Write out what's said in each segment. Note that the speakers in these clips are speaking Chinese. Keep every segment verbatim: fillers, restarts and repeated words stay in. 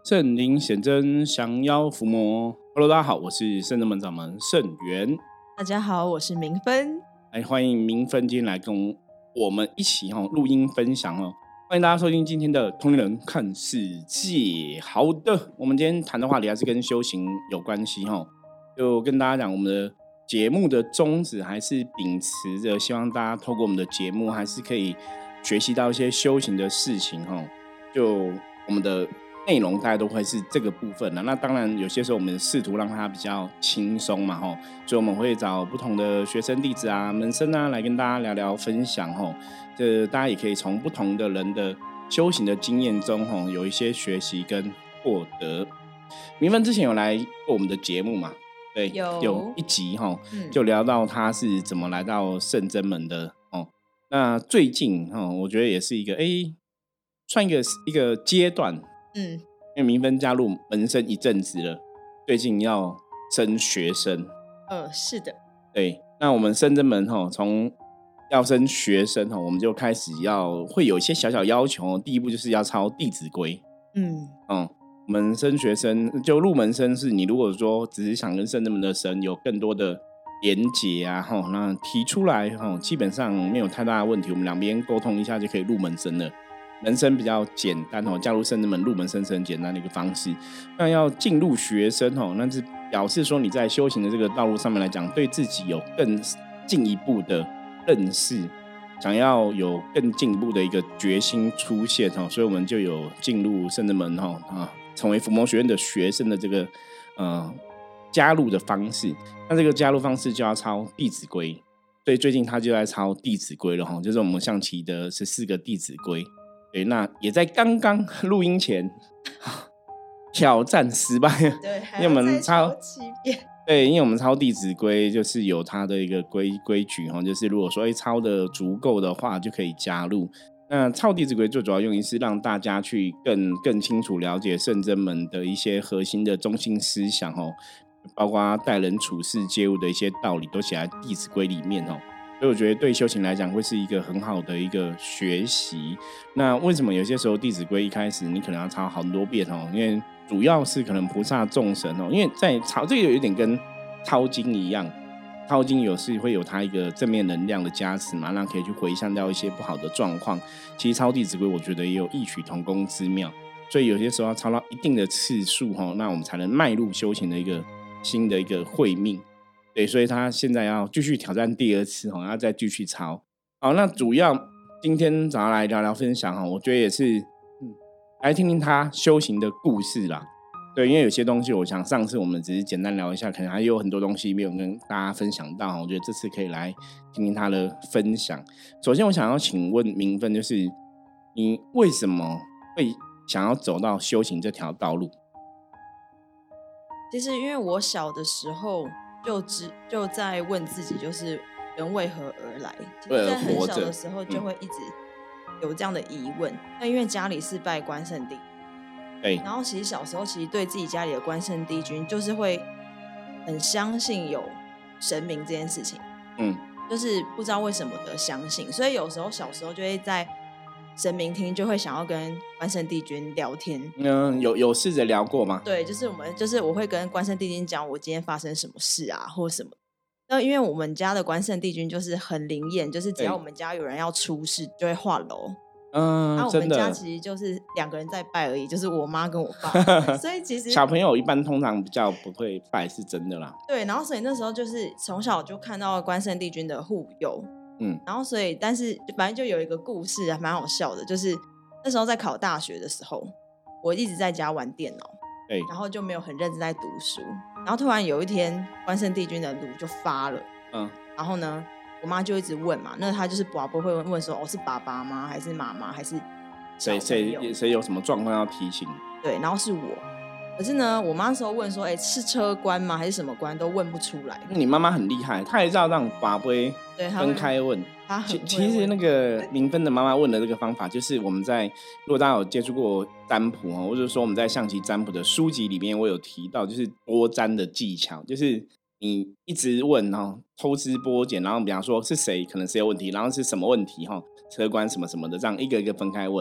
圣灵显真，降妖伏魔。Hello， 大家好，我是圣真门掌门圣元。 大家好，我是明芬。 来，欢迎明芬今天来跟我们一起哦录音分享哦。欢迎大家收听今天的同龄人看世界。好的，我们今天谈的话题还是跟修行有关系哦。就跟大家讲，我们的节目的宗旨还是秉持着希望大家透过我们的节目还是可以学习到一些修行的事情哦。就我们的内容大概都会是这个部分啦。那当然有些时候我们试图让它比较轻松嘛吼，所以我们会找不同的学生弟子啊、门生啊来跟大家聊聊分享吼。这大家也可以从不同的人的修行的经验中吼有一些学习跟获得。明芬之前有来过我们的节目嘛？对， 有有一集吼、 嗯、 就聊到他是怎么来到圣真门的哦。那最近吼我觉得也是一个哎，算一个一个阶段。嗯，因为明芬加入门生一阵子了，最近要升学生。 呃，是的， 对。那我们圣真门吼，从要升学生吼，我们就开始要会有一些小小要求。第一步就是要抄《弟子规》。嗯嗯，我们升学生就入门生是，你如果说只是想跟圣真门的神有更多的连结啊，吼，那提出来吼，基本上没有太大的问题，我们两边沟通一下就可以入门生了。人生比较简单哦，加入圣真门入门生是很简单的一个方式。那要进入学生哦，那是表示说你在修行的这个道路上面来讲，对自己有更进一步的认识，想要有更进一步的一个决心出现哦，所以我们就有进入圣真门哦啊，成为伏魔学院的学生的这个呃加入的方式。那这个加入方式就要抄《弟子规》，所以最近他就在抄《弟子规》了哈，就是我们象棋的十四个《弟子规》。对，那也在刚刚录音前挑战失败了。 对， 因为我们抄七遍。 对，因为我们抄《弟子规》就是有它的一个规规矩哈，就是如果说抄的足够的话，就可以加入。那抄《弟子规》最主要用意是让大家去更更清楚了解圣真门的一些核心的中心思想哦，包括待人处事、接物的一些道理，都写在《弟子规》里面哦。所以我觉得对修行来讲会是一个很好的一个学习。那为什么有些时候弟子规一开始你可能要抄很多遍哦？因为主要是可能菩萨众神哦，因为在抄这个有点跟抄经一样，抄经有时会有它一个正面能量的加持嘛，让可以去回向掉一些不好的状况。其实抄弟子规我觉得也有异曲同工之妙，所以有些时候要抄到一定的次数哦，那我们才能迈入修行的一个新的一个慧命。对，所以他现在要继续挑战第二次，要再继续抄。好，那主要今天早上来聊聊分享，我觉得也是、嗯、来听听他修行的故事啦。对，因为有些东西我想上次我们只是简单聊一下，可能还有很多东西没有跟大家分享到，我觉得这次可以来听听他的分享。首先我想要请问明芬，就是你为什么会想要走到修行这条道路？ 其实因为我小的时候就只就在问自己，就是人为何而来？其实在很小的时候就会一直有这样的疑问。那、嗯、因为家里是拜关圣帝，对，然后其实小时候其实对自己家里的关圣帝君就是会很相信有神明这件事情，嗯，就是不知道为什么的相信，所以有时候小时候就会在神明厅就会想要跟关圣帝君聊天。 嗯，有有试着聊过吗？ 对，就是我们就是我会跟关圣帝君讲我今天发生什么事啊，或什么。那因为我们家的关圣帝君就是很灵验，就是只要我们家有人要出事，就会化楼。嗯，那、啊、我们家其实就是两个人在拜而已，就是我妈跟我爸。所以其实小朋友一般通常比较不会拜，是真的啦。 对，然后所以那时候就是从小就看到关圣帝君的护佑。嗯，然后所以但是反正就有一个故事还蛮好笑的，就是那时候在考大学的时候，我一直在家玩电脑，对，然后就没有很认真在读书，然后突然有一天关圣帝君的炉就发了，嗯，然后呢我妈就一直问嘛，那她就是宝宝会问说，哦，是爸爸吗还是妈妈还是谁谁谁有什么状况要提醒？ 对，然后是我。可是呢我妈那时候问说，哎、欸，是车关吗还是什么关，都问不出来。 你妈妈很厉害，她还知道让宝贝分开问。 她很其其实那个明芬的妈妈问的这个方法，就是我们在如果大家有接触过占卜，或者说我们在象棋占卜的书籍里面，我有提到就是多占的技巧，就是你一直问，然后抽丝剥茧，然后比方说是谁可能谁有问题，然后是什么问题，车关什么什么的，这样一个一个分开问。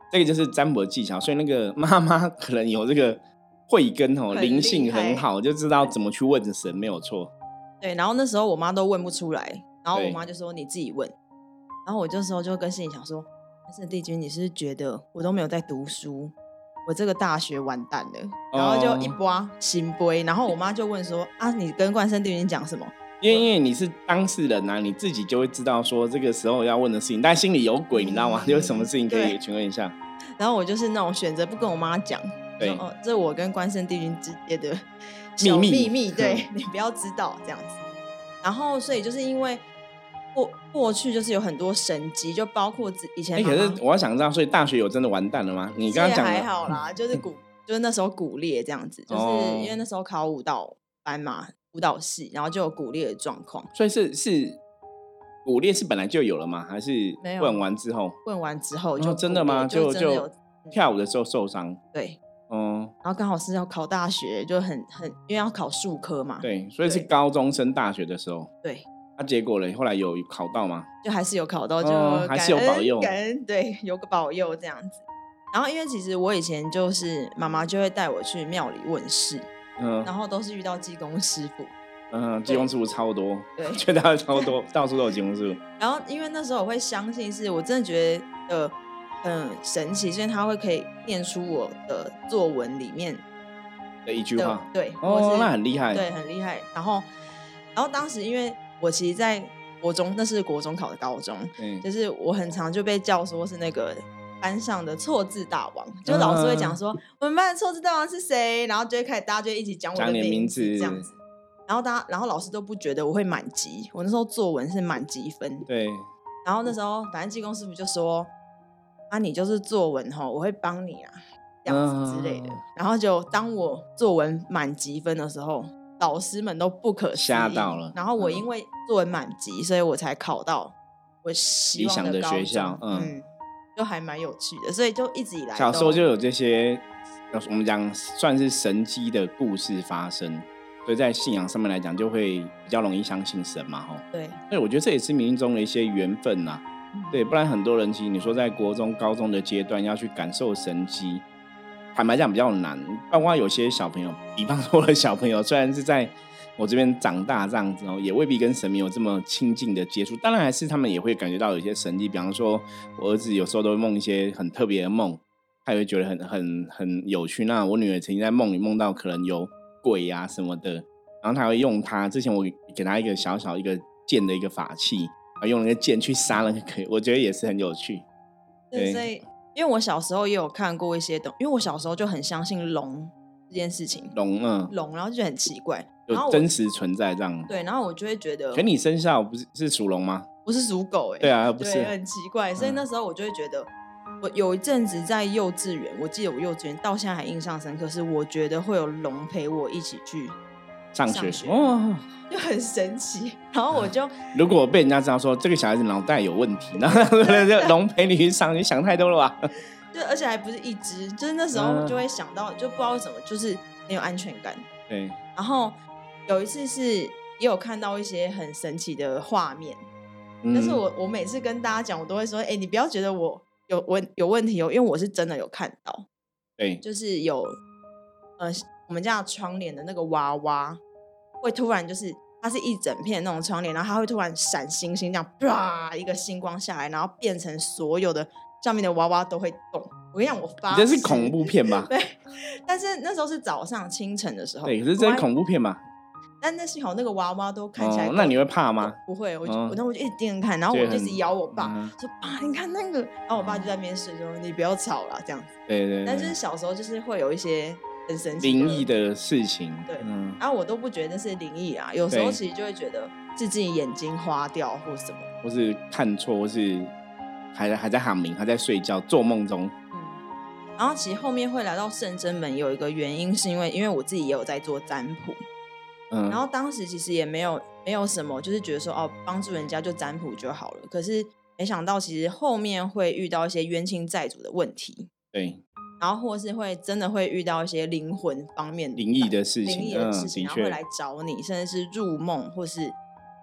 这个就是占卜的技巧，所以那个妈妈可能有这个慧根哦，灵性很好，就知道怎么去问神，没有错。 对，然后那时候我妈都问不出来，然后我妈就说你自己问，然后我这时候就跟心里想说，关圣帝君，你是不是觉得我都没有在读书，我这个大学完蛋了？然后就一拨心杯，然后我妈就问说啊，你跟关圣帝君讲什么？ 因为因为你是当事人啊，你自己就会知道说这个时候要问的事情，但心里有鬼，你知道吗？有什么事情可以询问一下？ 然后我就是那种选择不跟我妈讲， 对， 哦，这我跟关圣帝君之间的小秘密，秘密对你不要知道这样子。然后所以就是因为过过去就是有很多神迹，就包括以前妈妈。 哎、欸，可是我要想知道，所以大学有真的完蛋了吗？你刚刚讲还好啦，就是骨，就是那时候骨裂这样子，就是因为那时候考舞蹈班嘛。舞蹈系，然后就有骨裂的状况， 所以是是骨裂是本来就有了吗？还是问完之后？ 问完之后就、 哦、真的吗？就就就跳舞的时候受伤？ 对， 嗯， 然后刚好是要考大学，就很很因为要考数科嘛， 对，所以是高中升大学的时候， 对。 那、啊、结果嘞，后来有考到吗？ 就还是有考到，就、 哦、还是有保佑， 感恩对，有个保佑这样子。然后因为其实我以前就是妈妈就会带我去庙里问事。嗯，然后都是遇到济公师傅， 嗯，济公师傅超多， 对， 觉得超多，到处都有济公师傅。 然后因为那时候我会相信，是我真的觉得很神奇，所以他会可以念出我的作文里面的一句话， 对， 哦，那很厉害， 对，很厉害。然后，然后当时因为我其实，在国中，那是国中考的高中，嗯，就是我很常就被叫说是那个。班上的错字大王，就老师会讲说、嗯、我们班的错字大王是谁，然后就会开始大家就一起讲我的名字这样子，然后大家然后老师都不觉得我会满级，我那时候作文是满级分， 对， 然后那时候反正济公师傅就说啊你就是作文齁我会帮你啊这样子之类的、嗯、然后就当我作文满级分的时候，老师们都不可思议吓到了， 然后我因为作文满级，所以我才考到我希望的高中，理想的学校，嗯。嗯就还蛮有趣的，所以就一直以来小时候就有这些我们讲算是神迹的故事发生，所以在信仰上面来讲就会比较容易相信神嘛。 对， 所以我觉得这也是冥冥中的一些缘分啊、嗯、对，不然很多人其实你说在国中高中的阶段要去感受神迹，坦白讲比较难，包括有些小朋友，比方说我的小朋友虽然是在我这边长大这样子，也未必跟神明有这么亲近的接触，当然还是他们也会感觉到有一些神迹，比方说我儿子有时候都会梦一些很特别的梦，他也会觉得很很很有趣。那我女儿曾经在梦里梦到可能有鬼啊什么的，然后他会用他之前我给他一个小小一个剑的一个法器，然后用那个剑去杀那个鬼，我觉得也是很有趣。 对，所以因为我小时候也有看过一些东西，因为我小时候就很相信龙这件事情， 龙嗯龙，然后就很奇怪。 有真实存在这样， 对，然后我就会觉得， 可你生肖不是是属龙吗？ 不是属狗哎、欸， 对啊，不是， 很奇怪，所以那时候我就会觉得，嗯、我有一阵子在幼稚园，我记得我幼稚园到现在还印象深刻，是我觉得会有龙陪我一起去上学，上学哦， 就很神奇。然后我就，嗯、 如果被人家知道说这个小孩子脑袋有问题，然后龙陪你去上，你想太多了吧？ 就而且还不是一只，就是那时候就会想到，嗯、就不知道为什么，就是很有安全感。 对， 然后。有一次是也有看到一些很神奇的画面，嗯、但是我我每次跟大家讲，我都会说，哎、欸，你不要觉得我有问有问题哦，因为我是真的有看到， 对， 就是有呃我们家的窗帘的那个娃娃会突然就是它是一整片那种窗帘，然后它会突然闪星星这样，啪一个星光下来，然后变成所有的上面的娃娃都会动。我跟你讲，我发这是恐怖片吧？ 对，但是那时候是早上清晨的时候， 对，可是这是恐怖片吧？ 但那幸好那个娃娃都看起来、 哦，那你会怕吗？ 不会，我就、哦、我, 我就一直盯着看，然后我就一直摇我爸，嗯、说爸你看那个，然后我爸就在那边睡说你不要吵啦这样子。 对 对, 对。 但就是小时候就是会有一些很神奇灵异的事情， 对，嗯，然后我都不觉得那是灵异啊，有时候其实就会觉得是自己眼睛花掉或什么， 或是看错，或是还还在喊鸣，还在睡觉，做梦中。 嗯，然后其实后面会来到圣真门有一个原因，是因为因为我自己也有在做占卜。嗯、然后当时其实也没有没有什么，就是觉得说哦，帮助人家就占卜就好了。可是没想到，其实后面会遇到一些冤亲债主的问题， 对， 然后或是会真的会遇到一些灵魂方面灵异的事情， 灵异的事情， 嗯、 然后会来找你，甚至是入梦，或是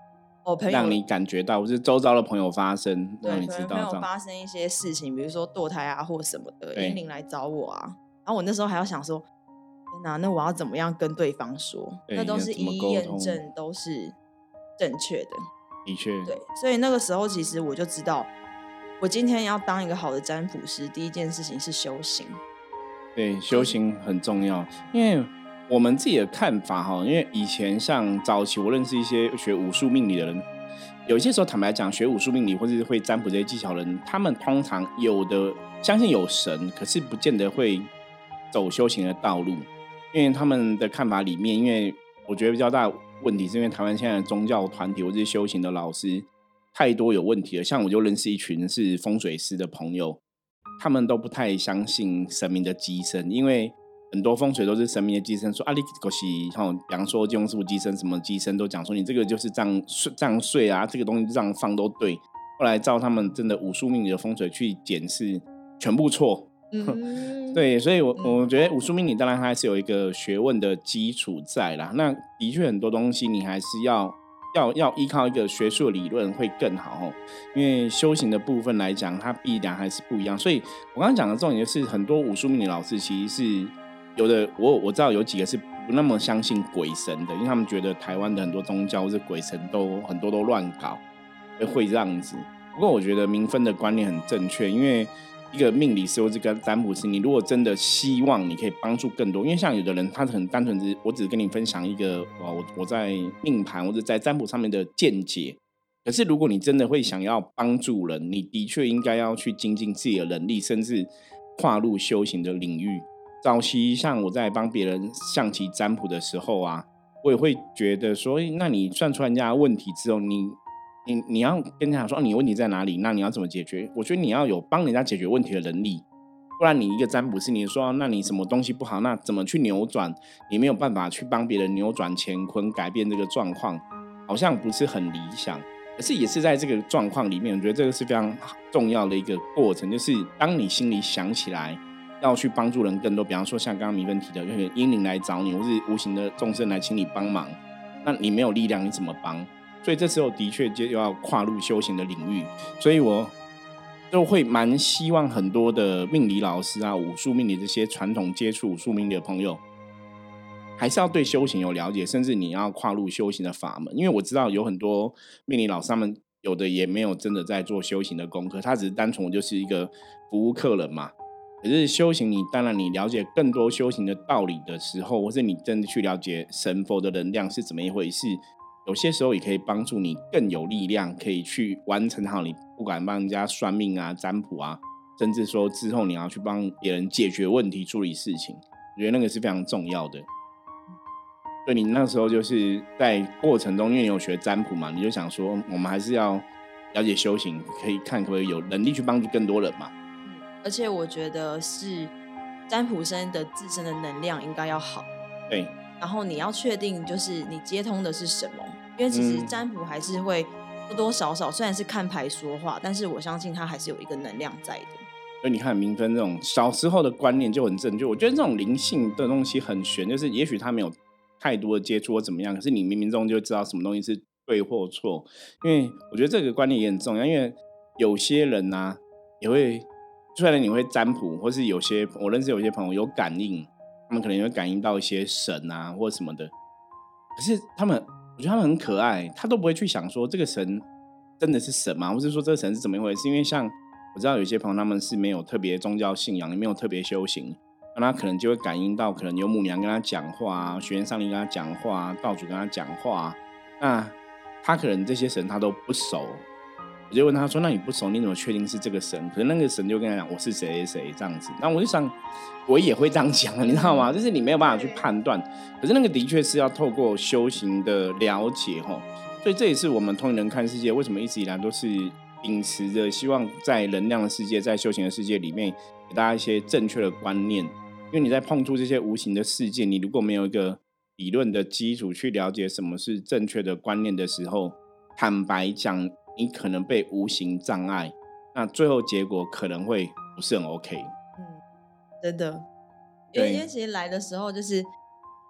哦，朋友让你感觉到，或是周遭的朋友发生，让你知道朋友发生一些事情，比如说堕胎啊或什么的，英灵来找我啊，然后我那时候还要想说，天哪，那我要怎么样跟对方说？那都是一一验证，都是正确的。 的确， 对，所以那个时候其实我就知道，我今天要当一个好的占卜师，第一件事情是修行。 对，修行很重要，因为我们自己的看法哈，因为以前像早期我认识一些学武术命理的人，有些时候坦白讲，学武术命理或是会占卜这些技巧的人，他们通常有的相信有神，可是不见得会走修行的道路，因为他们的看法里面，因为我觉得比较大的问题是因为台湾现在的宗教团体或者是修行的老师太多有问题了，像我就认识一群是风水师的朋友。他们都不太相信神明的机身，因为很多风水都是神明的机身，说啊，你可是哈，比方说金庸师傅机身什么机身都讲说你这个就是这样这样睡啊，这个东西这样放都对。后来照他们真的武术命理的风水去检视，全部错。嗯、对，所以我我觉得武术命理当然它还是有一个学问的基础在啦。那的确很多东西你还是要。要, 要依靠一个学术的理论会更好，因为修行的部分来讲它必然还是不一样。所以我刚刚讲的重点就是很多武术命理老师其实是有的，我我知道有几个是不那么相信鬼神的，因为他们觉得台湾的很多宗教或是鬼神都很多都乱搞，会这样子。不过我觉得民分的观念很正确，因为一个命理师或者个占卜师，你如果真的希望你可以帮助更多，因为像有的人他很单纯，我只是跟你分享一个我我在命盘或者在占卜上面的见解。可是如果你真的会想要帮助人，你的确应该要去精进自己的能力，甚至跨入修行的领域。早期像我在帮别人象棋占卜的时候啊，我也会觉得说，那你算出来人家的问题之后，你你, 你要跟人家说、啊、你问题在哪里，那你要怎么解决？我觉得你要有帮人家解决问题的能力，不然你一个占卜师，你说那你什么东西不好，那怎么去扭转？你没有办法去帮别人扭转乾坤，改变这个状况，好像不是很理想。可是也是在这个状况里面，我觉得这个是非常重要的一个过程，就是当你心里想起来要去帮助人更多，比方说像刚刚米芬提的，就是阴灵来找你，或是无形的众生来请你帮忙，那你没有力量，你怎么帮？所以这时候的确就要跨入修行的领域，所以我就会蛮希望很多的命理老师啊、武术命理这些传统接触武术命理的朋友，还是要对修行有了解，甚至你要跨入修行的法门。因为我知道有很多命理老师，他们有的也没有真的在做修行的功课，他只是单纯就是一个服务客人嘛。可是修行，你当然你了解更多修行的道理的时候，或是你真的去了解神佛的能量是怎么一回事，有些时候也可以帮助你更有力量，可以去完成好你不管帮人家算命啊、占卜啊，甚至说之后你要去帮别人解决问题、处理事情，我觉得那个是非常重要的。所以你那时候就是在过程中，因为你有学占卜嘛，你就想说我们还是要了解修行，可以看可不可以有能力去帮助更多人嘛。 嗯，而且我觉得是占卜生的自身的能量应该要好。 对。 然后你要确定就是你接通的是什么，因为其实占卜还是会多多少少，虽然是看牌说话，但是我相信它还是有一个能量在的。 所以你看明芬这种小时候的观念就很正确，我觉得这种灵性的东西很玄，就是也许他没有太多的接触或怎么样，可是你冥冥中就知道什么东西是对或错。因为我觉得这个观念也很重要，因为有些人啊也会，虽然你会占卜，或是有些我认识有些朋友有感应，他们可能也会感应到一些神啊或什么的，可是他们我觉得他们很可爱，他都不会去想说这个神真的是神吗，或是说这个神是怎么一回事。因为像我知道有些朋友他们是没有特别宗教信仰，也没有特别修行，那他可能就会感应到可能有母娘跟他讲话，玄天上帝跟他讲话，道主跟他讲话，那他可能这些神他都不熟，我就问他说那你不熟你怎么确定是这个神？可是那个神就跟他讲我是谁谁谁这样子。那我就想我也会这样讲，你知道吗？就是你没有办法去判断，可是那个的确是要透过修行的了解，所以这也是我们通灵人看世界为什么一直以来都是秉持着希望在能量的世界，在修行的世界里面给大家一些正确的观念。因为你在碰触这些无形的世界，你如果没有一个理论的基础去了解什么是正确的观念的时候，坦白讲你可能被无形障碍，那最后结果可能会不是很 OK。 嗯，真的，因为因为其实来的时候就是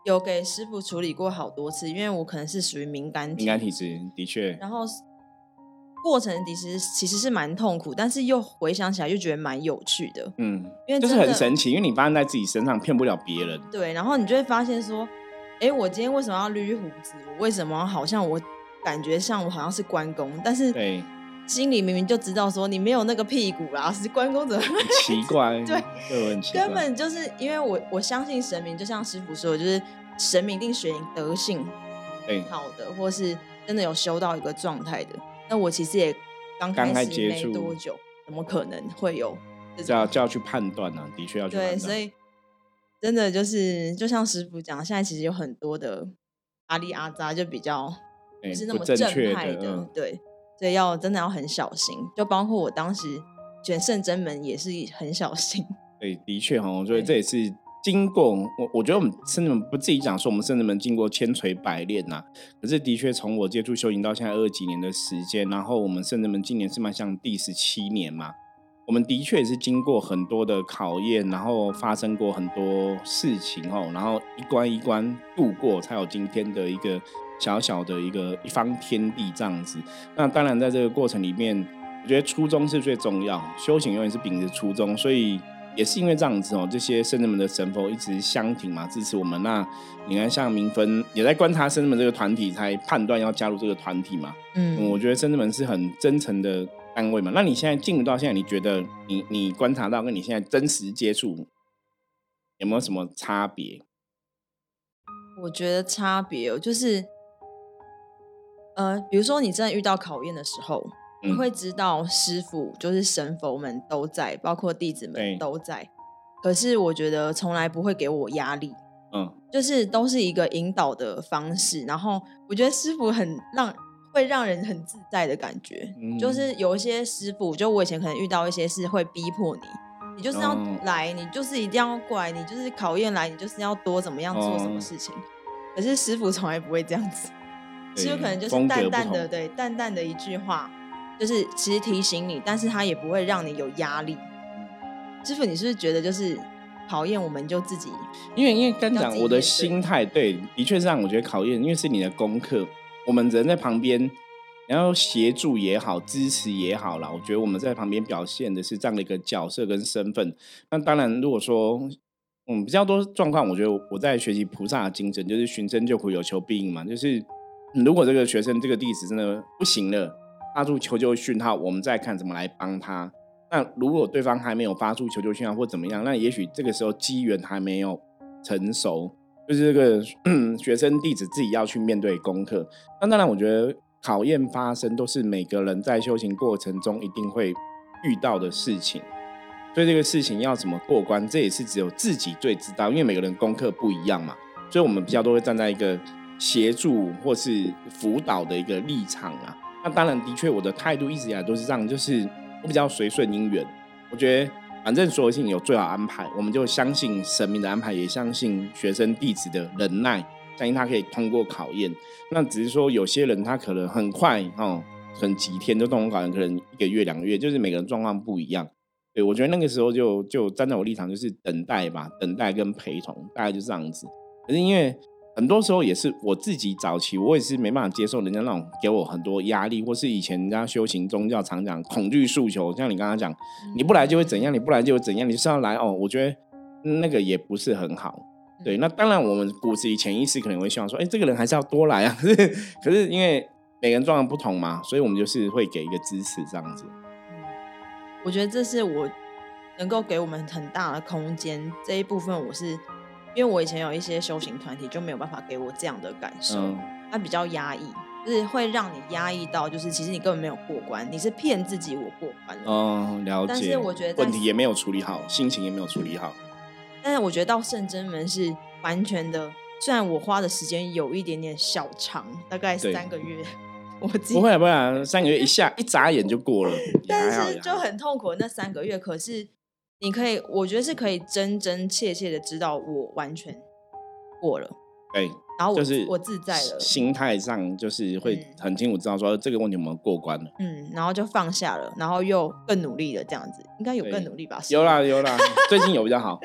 有给师傅处理过好多次，因为我可能是属于敏感体敏感体质，的确。 然后过程其实其实是蛮痛苦，但是又回想起来又觉得蛮有趣的。 嗯， 因为就是很神奇，因为你发生在自己身上，骗不了别人。 对，然后你就会发现说，哎，我今天为什么要捋胡子？我为什么好像我感觉像我好像是关公，但是对。 心里明明就知道说你没有那个屁股啦，是关公怎么很奇怪。 对， 对，很奇怪， 根本就是因为我我相信神明，就像师父说的，就是神明一定选德性好的，或是真的有修到一个状态的。那我其实也刚开始没多久，怎么可能会有这种？ 就要就要去判断啊，的确要去判断。 对，所以真的就是就像师父讲，现在其实有很多的阿里阿扎就比较不是那么正派的， 嗯、 对。所以要真的要很小心，就包括我当时选圣真门也是很小心。 对，的确哈，所以这也是经过我，我觉得我们圣真门不自己讲说我们圣真门经过千锤百炼呐、啊，可是的确从我接触修行到现在二十几年的时间，然后我们圣真门今年是迈向第十七年嘛，我们的确也是经过很多的考验，然后发生过很多事情哦，然后一关一关度过，才有今天的一个小小的一个一方天地这样子。那当然在这个过程里面，我觉得初衷是最重要，修行永远是秉着初衷，所以也是因为这样子哦，这些圣真门的神佛一直相挺嘛，支持我们。那你看像明芬也在观察圣真门这个团体，才判断要加入这个团体嘛。嗯, 嗯我觉得圣真门是很真诚的单位嘛。那你现在进入到现在，你觉得你你观察到跟你现在真实接触有没有什么差别？ 我觉得差别就是呃，比如说你真的遇到考验的时候，嗯、你会知道师父就是神佛们都在，包括弟子们都在。可是我觉得从来不会给我压力，嗯，就是都是一个引导的方式。然后我觉得师父很让会让人很自在的感觉，嗯、就是有一些师父，就我以前可能遇到一些是会逼迫你，你就是要来，嗯、你就是一定要过来，你就是考验来，你就是要多怎么样做什么事情。嗯、可是师父从来不会这样子。师父可能就是淡淡的，对，淡淡的一句话，就是其实提醒你，但是他也不会让你有压力。师父，你是不是觉得就是考验我们就自己？ 因为因为刚讲我的心态，对，的确是让我觉得考验，因为是你的功课，我们人在旁边，然后协助也好，支持也好啦，我觉得我们在旁边表现的是这样的一个角色跟身份。那当然，如果说嗯比较多状况，我觉得我在学习菩萨的精神，就是寻声救苦，有求必应嘛，就是。如果这个学生这个弟子真的不行了，发出求救讯号，我们再看怎么来帮他。那如果对方还没有发出求救讯号或怎么样，那也许这个时候机缘还没有成熟，就是这个学生弟子自己要去面对功课。那当然我觉得考验发生都是每个人在修行过程中一定会遇到的事情，所以这个事情要怎么过关，这也是只有自己最知道，因为每个人功课不一样嘛，所以我们比较都会站在一个协助或是辅导的一个立场啊。那当然的确我的态度一直以来都是这样，就是我比较随顺因缘，我觉得反正所有事情有最好安排，我们就相信神明的安排，也相信学生弟子的忍耐，相信他可以通过考验。那只是说有些人他可能很快哦，可能几天就通过考验，可能一个月两个月，就是每个人状况不一样。对，我觉得那个时候就就站在我立场就是等待吧，等待跟陪同，大概就这样子。可是因为很多时候也是我自己早期，我也是没办法接受人家那种给我很多压力，或是以前人家修行宗教常讲恐惧诉求，像你刚刚讲，你不来就会怎样，你不来就会怎样，你就是要来哦。我觉得那个也不是很好。对，那当然我们骨子里潜意识可能会希望说，哎，这个人还是要多来啊。可是可是因为每个人状况不同嘛，所以我们就是会给一个支持这样子。 我觉得这是我能够给我们很大的空间，这一部分我是因为我以前有一些修行团体就没有办法给我这样的感受，嗯、它比较压抑，就是会让你压抑到，就是其实你根本没有过关，你是骗自己我过关了。 嗯，了解。 但是我觉得问题也没有处理好，心情也没有处理好。 但是我觉得到圣真门是完全的，虽然我花的时间有一点点小长，大概三个月。我不会不会，三个月一下一眨眼就过了， 但是就很痛苦那三个月。可是你可以，我觉得是可以真真切切的知道我完全过了， 对， 然后我、 就是、 我自在了， 心态上就是会很清楚知道说、嗯、这个问题我们过关了， 嗯，然后就放下了，然后又更努力了，这样子应该有更努力吧？ 有啦有啦，最近有比较好。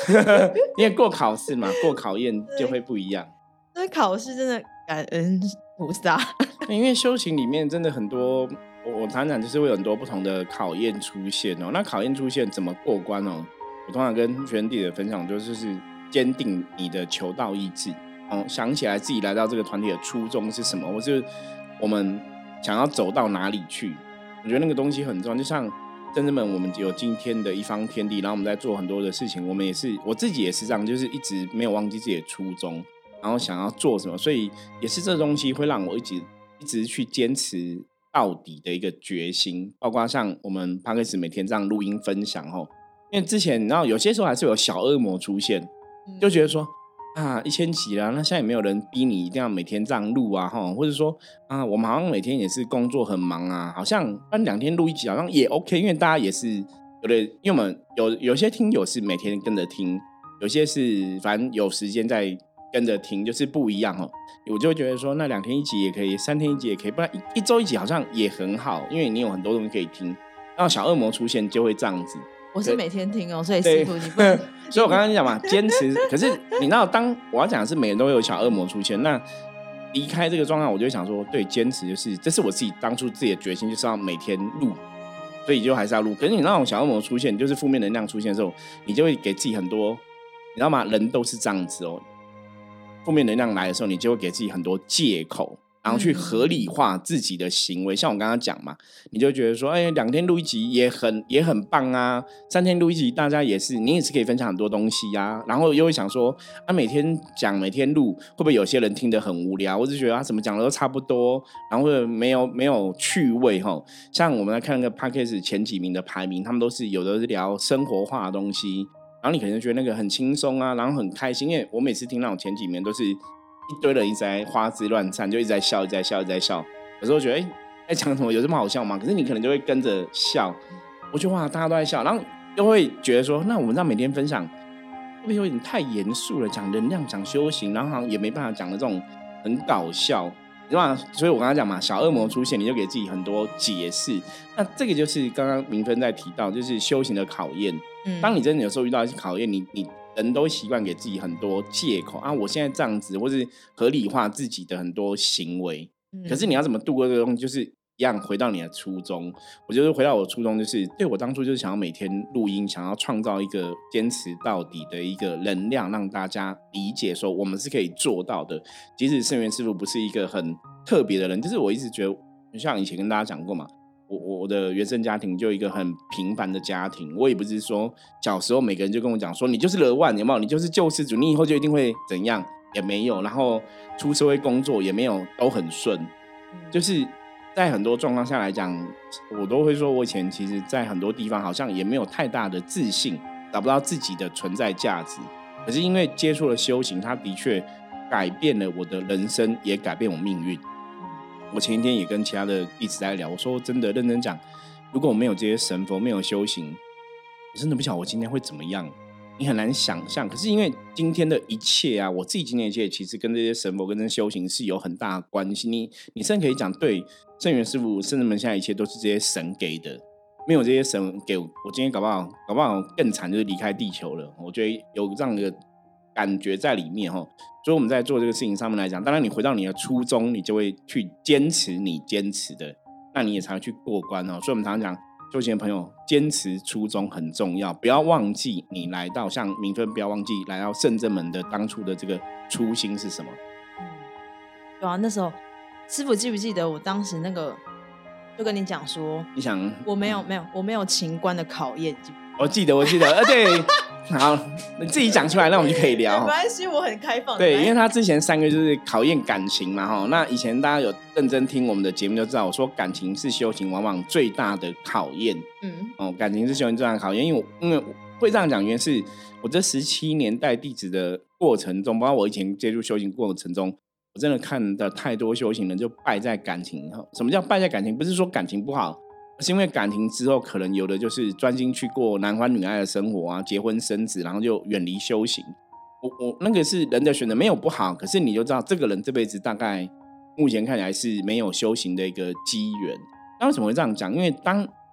因为过考试嘛，过考验就会不一样。 所以考试真的感恩菩萨。 因为修行里面真的很多，我我常常就是会有很多不同的考验出现哦。那考验出现怎么过关哦？我通常跟学生弟的分享就是坚定你的求道意志，哦，想起来自己来到这个团体的初衷是什么，或是我们想要走到哪里去。我觉得那个东西很重要，就像真正们我们有今天的一方天地，然后我们在做很多的事情，我们也是我自己也是这样，就是一直没有忘记自己的初衷，然后想要做什么，所以也是这东西会让我一直一直去坚持到底的一个决心。包括像我们 Podcast 每天这样录音分享哦，因为之前你知道有些时候还是有小恶魔出现，就觉得说啊，一千集啦，那现在也没有人逼你一定要每天这样录啊，或者说啊，我们好像每天也是工作很忙啊，好像搬两天录一集好像也 OK， 因为大家也是有的，因为我们有有些听友是每天跟着听，有些是反正有时间在跟着听，就是不一样哦。我就会觉得说，那两天一集也可以，三天一集也可以，不然一一周一集好像也很好，因为你有很多东西可以听。然后小恶魔出现就会这样子。 我是每天听哦，所以师父你不能所以我刚刚讲嘛，坚持。可是你知道，当我要讲的是每人都会有小恶魔出现，那离开这个状态，我就会想说，对，坚持就是这是我自己当初自己的决心，就是要每天录，所以就还是要录。可是你那种小恶魔出现，就是负面能量出现的时候，你就会给自己很多，你知道吗？人都是这样子哦。负面能量来的时候，你就会给自己很多借口，然后去合理化自己的行为。嗯、像我刚刚讲嘛，你就觉得说，哎，两天录一集也很也很棒啊，三天录一集，大家也是，你也是可以分享很多东西啊。然后又会想说，啊，每天讲，每天录，会不会有些人听得很无聊？我就觉得他、啊、怎么讲的都差不多，然后没有没有趣味哈。像我们来看那个 Podcast 前几名的排名，他们都是有的是聊生活化的东西。然后你可能觉得那个很轻松啊，然后很开心，因为我每次听那种前几名都是一堆人一直在花枝乱颤，就一直在笑，一直在笑，一直在笑。有时候觉得，哎，在讲什么？有这么好笑吗？可是你可能就会跟着笑。我觉得哇，大家都在笑，然后又会觉得说，那我们这样每天分享，会不会有点太严肃了？讲能量，讲修行，然后好像也没办法讲的这种很搞笑，对吧？所以我刚刚讲嘛，小恶魔出现，你就给自己很多解释。那这个就是刚刚明芬在提到，就是修行的考验。当你真的有时候遇到一些考验，你你人都习惯给自己很多借口啊，我现在这样子，或是合理化自己的很多行为。嗯、可是你要怎么度过这个东西，就是一样回到你的初衷。我就是回到我的初衷，就是对我当初就是想要每天录音，想要创造一个坚持到底的一个能量，让大家理解说我们是可以做到的。即使圣元师父不是一个很特别的人，就是我一直觉得，像以前跟大家讲过嘛。我我的原生家庭就一个很平凡的家庭，我也不是说小时候每个人就跟我讲说你就是乐万有没有，你就是救世主，你以后就一定会怎样，也没有。然后出社会工作也没有都很顺，就是在很多状况下来讲，我都会说我以前其实在很多地方好像也没有太大的自信，找不到自己的存在价值。可是因为接触了修行，它的确改变了我的人生，也改变我命运。我前一天也跟其他的弟子在聊，我说真的认真讲，如果我没有这些神佛，没有修行，我真的不晓得我今天会怎么样。你很难想象，可是因为今天的一切啊，我自己今天的一切其实跟这些神佛跟这些修行是有很大的关系。你你甚至可以讲，对圣元师父、圣人们现在一切都是这些神给的，没有这些神给我，我今天搞不好搞不好更惨，就是离开地球了。我觉得有这样的感觉在里面哈。所以我们在做这个事情上面来讲，当然你回到你的初衷，你就会去坚持你坚持的，那你也才会去过关哦。所以我们常常讲，修行的朋友坚持初衷很重要，不要忘记你来到像明芬，不要忘记来到圣真门的当初的这个初心是什么。 嗯，对啊，那时候师父记不记得我当时那个就跟你讲说， 你想我没有、嗯、没有我没有情关的考验， 我记得我记得，呃对。好，你自己讲出来，那我们就可以聊。 没关系，我很开放。 对，因为他之前三个就是考验感情嘛，哈。那以前大家有认真听我们的节目就知道，我说感情是修行往往最大的考验。嗯，哦，感情是修行最大的考验，因为我因为会这样讲，原因是我这十七年带弟子的过程中，包括我以前接触修行过程中，我真的看到太多修行人就败在感情。什么叫败在感情？不是说感情不好。是因为感情之后，可能有的就是专心去过男欢女爱的生活啊，结婚生子，然后就远离修行。我我那个是人的选择，没有不好，可是你就知道这个人这辈子大概目前看起来是没有修行的一个机缘。那为什么会这样讲？因为当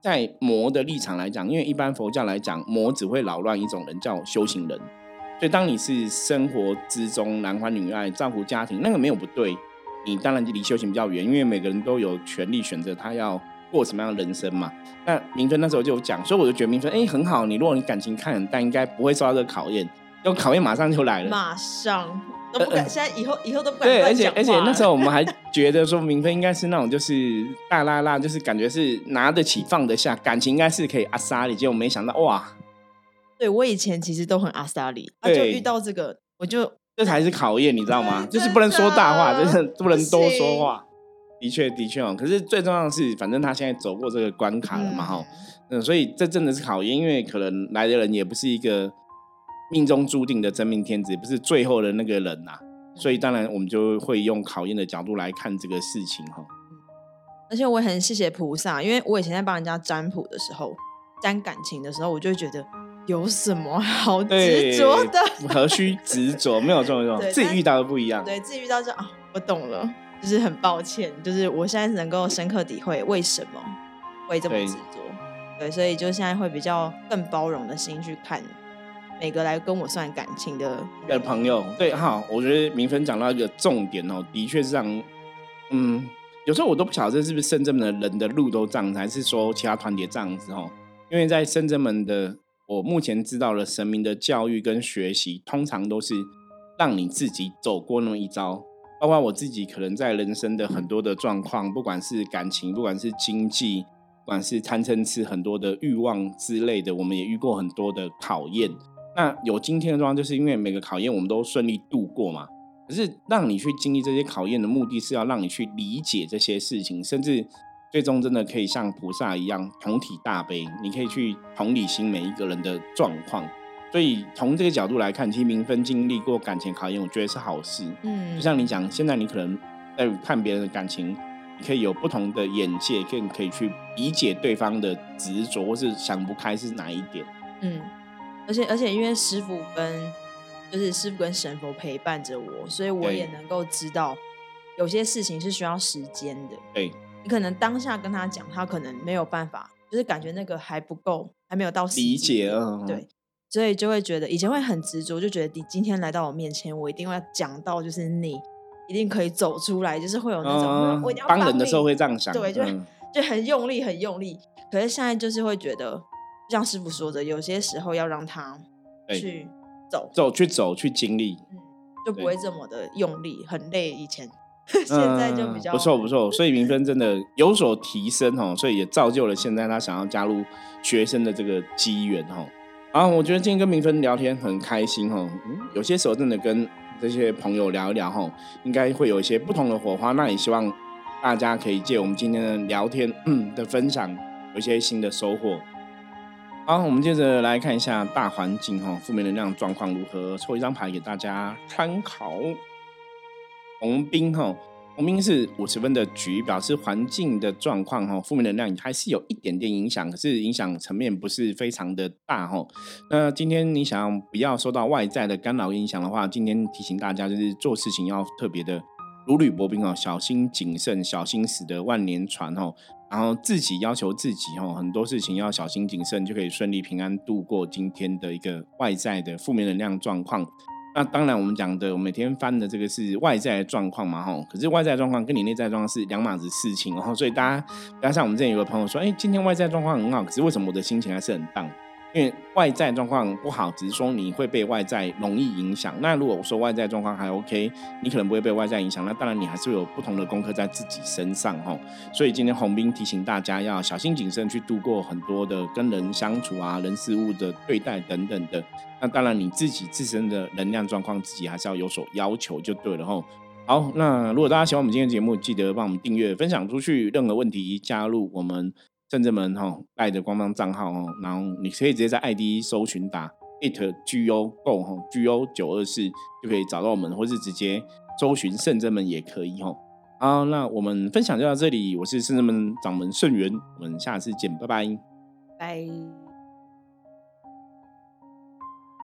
在魔的立场来讲，因为一般佛教来讲，魔只会扰乱一种人，叫修行人。所以当你是生活之中男欢女爱照顾家庭，那个没有不对，你当然就离修行比较远，因为每个人都有权利选择他要过什么样的人生嘛。那明芬那时候就有讲，所以我就觉得明芬哎很好，你如果你感情看很淡，应该不会受到这个考验，就考验马上就来了， 马上都不敢、呃、现在以后以后都不敢对， 乱讲话。 而且而且那时候我们还觉得说明芬应该是那种就是大拉拉，就是感觉是拿得起放得下，感情应该是可以阿萨里，结果没想到哇。 对，我以前其实都很阿萨里，啊，就遇到这个我就这才是考验，你知道吗？就是不能说大话，真的不能多说话。的确的确哦，可是最重要的是，反正他现在走过这个关卡了嘛，哈、嗯嗯，所以这真的是考验，因为可能来的人也不是一个命中注定的真命天子，不是最后的那个人呐、啊，所以当然我们就会用考验的角度来看这个事情哈。 而且我也很谢谢菩萨，因为我以前在帮人家占卜的时候，占感情的时候，我就会觉得。有什么好执着的？ 何须执着？没有这种自己遇到的不一样。 对，自己遇到就啊，我懂了，就是很抱歉，就是我现在能够深刻体会为什么会这么执着。对，所以就现在会比较更包容的心去看每个来跟我算感情的的朋友。对哈，我觉得明芬讲到一个重点哦，的确是让嗯，有时候我都不晓得这是不是深圳门的人的路都这样子，还是说其他团体这样子哦？因为在深圳门的。我目前知道的神明的教育跟学习，通常都是让你自己走过那么一遭。包括我自己可能在人生的很多的状况，不管是感情，不管是经济，不管是贪嗔痴很多的欲望之类的，我们也遇过很多的考验。那有今天的状况，就是因为每个考验我们都顺利度过嘛。可是让你去经历这些考验的目的是要让你去理解这些事情，甚至最终真的可以像菩萨一样同体大悲，你可以去同理心每一个人的状况。所以从这个角度来看，其实明芬经历过感情考验，我觉得是好事。嗯，就像你讲，现在你可能在看别人的感情，你可以有不同的眼界，更可以去理解对方的执着或是想不开是哪一点。 嗯，而且而且因为师父跟就是师父跟神佛陪伴着我，所以我也能够知道有些事情是需要时间的。 对。 你可能当下跟他讲，他可能没有办法，就是感觉那个还不够，还没有到理解啊。 对，所以就会觉得以前会很执着，就觉得你今天来到我面前，我一定要讲到，就是你一定可以走出来，就是会有那种、嗯、我一定要帮帮人的时候会这样想， 对，就、嗯、就很用力，很用力。可是现在就是会觉得，就像师父说的，有些时候要让他去走， 走去走去经历、 嗯，就不会这么的用力，很累。以前。现在就比较、 嗯、不错不错，所以明芬真的有所提升哦，所以也造就了现在他想要加入学生的这个机缘哦。然后我觉得今天跟明芬聊天很开心哦、嗯，有些时候真的跟这些朋友聊一聊哦，应该会有一些不同的火花。那也希望大家可以借我们今天的聊天、嗯、的分享，有一些新的收获。好，我们接着来看一下大环境哦，负面能量状况如何，抽一张牌给大家参考。红兵哈，红兵是五十分的局，表示环境的状况哈，负面能量还是有一点点影响，可是影响层面不是非常的大哈。那今天你想不要受到外在的干扰影响的话，今天提醒大家就是做事情要特别的如履薄冰哦，小心谨慎，小心驶得万年船哦。然后自己要求自己哦，很多事情要小心谨慎，就可以顺利平安度过今天的一个外在的负面能量状况。那当然我们讲的我每天翻的这个是外在的状况嘛，可是外在的状况跟你内在的状况是两码子事情，所以大家加上我们之前有个朋友说，哎，今天外在状况很好，可是为什么我的心情还是很荡？因为外在状况不好，只是说你会被外在容易影响。那如果我说外在状况还 OK， 你可能不会被外在影响，那当然你还是有不同的功课在自己身上。所以今天红兵提醒大家要小心谨慎去度过很多的跟人相处啊、人事物的对待等等的。那当然你自己自身的能量状况自己还是要有所要求就对了。好，那如果大家喜欢我们今天的节目，记得帮我们订阅分享出去，任何问题加入我们圣真门赖的官方账号，然后你可以直接在 I D 搜寻打 it G O Go G O 九二四就可以找到我们，或是直接搜寻圣真门也可以。好，那我们分享就到这里，我是圣真门掌门圣元，我们下次见，拜拜。 拜。